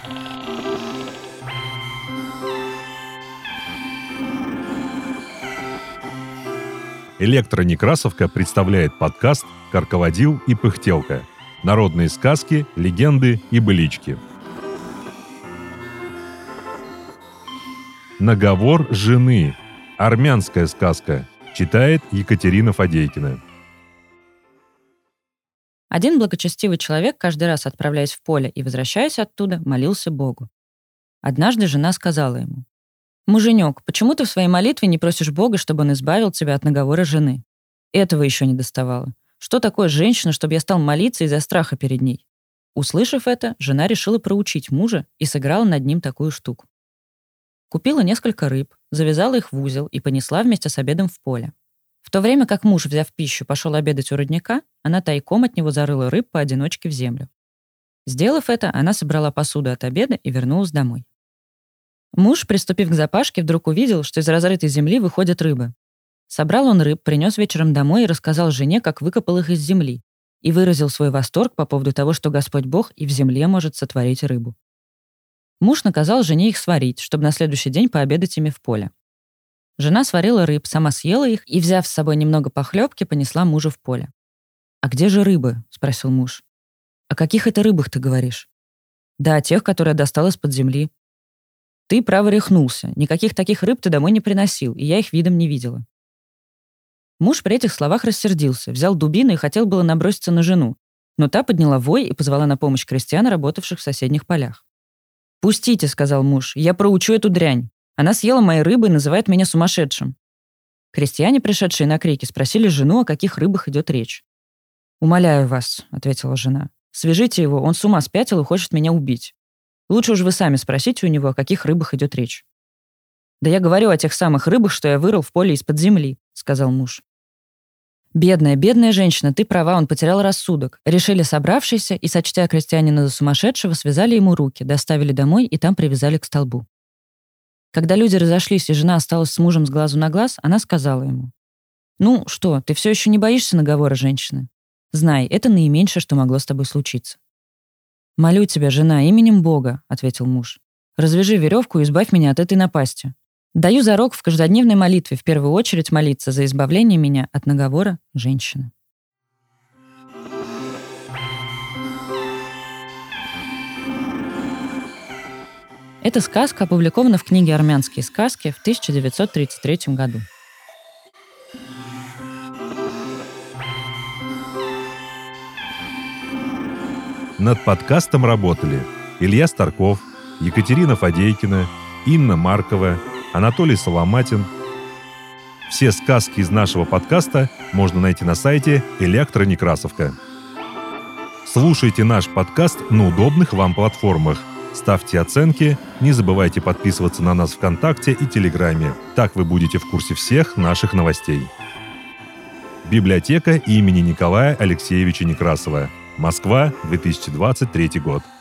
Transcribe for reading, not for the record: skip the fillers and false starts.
Электронекрасовка представляет подкаст «Карководил и пыхтелка». Народные сказки, легенды и былички. Наговор жены. Армянская сказка. Читает Екатерина Фадейкина. Один благочестивый человек, каждый раз отправляясь в поле и возвращаясь оттуда, молился Богу. Однажды жена сказала ему: «Муженек, почему ты в своей молитве не просишь Бога, чтобы он избавил тебя от наговора жены? Этого еще не доставало. Что такое женщина, чтобы я стал молиться из-за страха перед ней?» Услышав это, жена решила проучить мужа и сыграла над ним такую штуку. Купила несколько рыб, завязала их в узел и понесла вместе с обедом в поле. В то время как муж, взяв пищу, пошел обедать у родника, она тайком от него зарыла рыб поодиночке в землю. Сделав это, она собрала посуду от обеда и вернулась домой. Муж, приступив к запашке, вдруг увидел, что из разрытой земли выходят рыбы. Собрал он рыб, принес вечером домой и рассказал жене, как выкопал их из земли, и выразил свой восторг по поводу того, что Господь Бог и в земле может сотворить рыбу. Муж наказал жене их сварить, чтобы на следующий день пообедать ими в поле. Жена сварила рыб, сама съела их и, взяв с собой немного похлебки, понесла мужа в поле. «А где же рыбы?» — спросил муж. «О каких это рыбах ты говоришь?» «Да, о тех, которые я достал из-под земли». «Ты, право, рехнулся. Никаких таких рыб ты домой не приносил, и я их видом не видела». Муж при этих словах рассердился, взял дубину и хотел было наброситься на жену, но та подняла вой и позвала на помощь крестьян, работавших в соседних полях. «Пустите», — сказал муж, — «я проучу эту дрянь. Она съела мои рыбы и называет меня сумасшедшим». Крестьяне, пришедшие на крики, спросили жену, о каких рыбах идет речь. «Умоляю вас», — ответила жена, — «свяжите его, он с ума спятил и хочет меня убить. Лучше уж вы сами спросите у него, о каких рыбах идет речь». «Да я говорю о тех самых рыбах, что я вырыл в поле из-под земли», — сказал муж. «Бедная, бедная женщина, ты права, он потерял рассудок», — решили собравшиеся и, сочтя крестьянина за сумасшедшего, связали ему руки, доставили домой и там привязали к столбу. Когда люди разошлись и жена осталась с мужем с глазу на глаз, она сказала ему: «Ну что, ты все еще не боишься наговора женщины? Знай, это наименьшее, что могло с тобой случиться». «Молю тебя, жена, именем Бога», — ответил муж. «Развяжи веревку и избавь меня от этой напасти. Даю зарок в каждодневной молитве в первую очередь молиться за избавление меня от наговора женщины». Эта сказка опубликована в книге «Армянские сказки» в 1933 году. Над подкастом работали Илья Старков, Екатерина Фадейкина, Инна Маркова, Анатолий Соломатин. Все сказки из нашего подкаста можно найти на сайте «Электронекрасовка». Слушайте наш подкаст на удобных вам платформах. Ставьте оценки, не забывайте подписываться на нас ВКонтакте и Телеграме. Так вы будете в курсе всех наших новостей. Библиотека имени Николая Алексеевича Некрасова. Москва, 2023 год.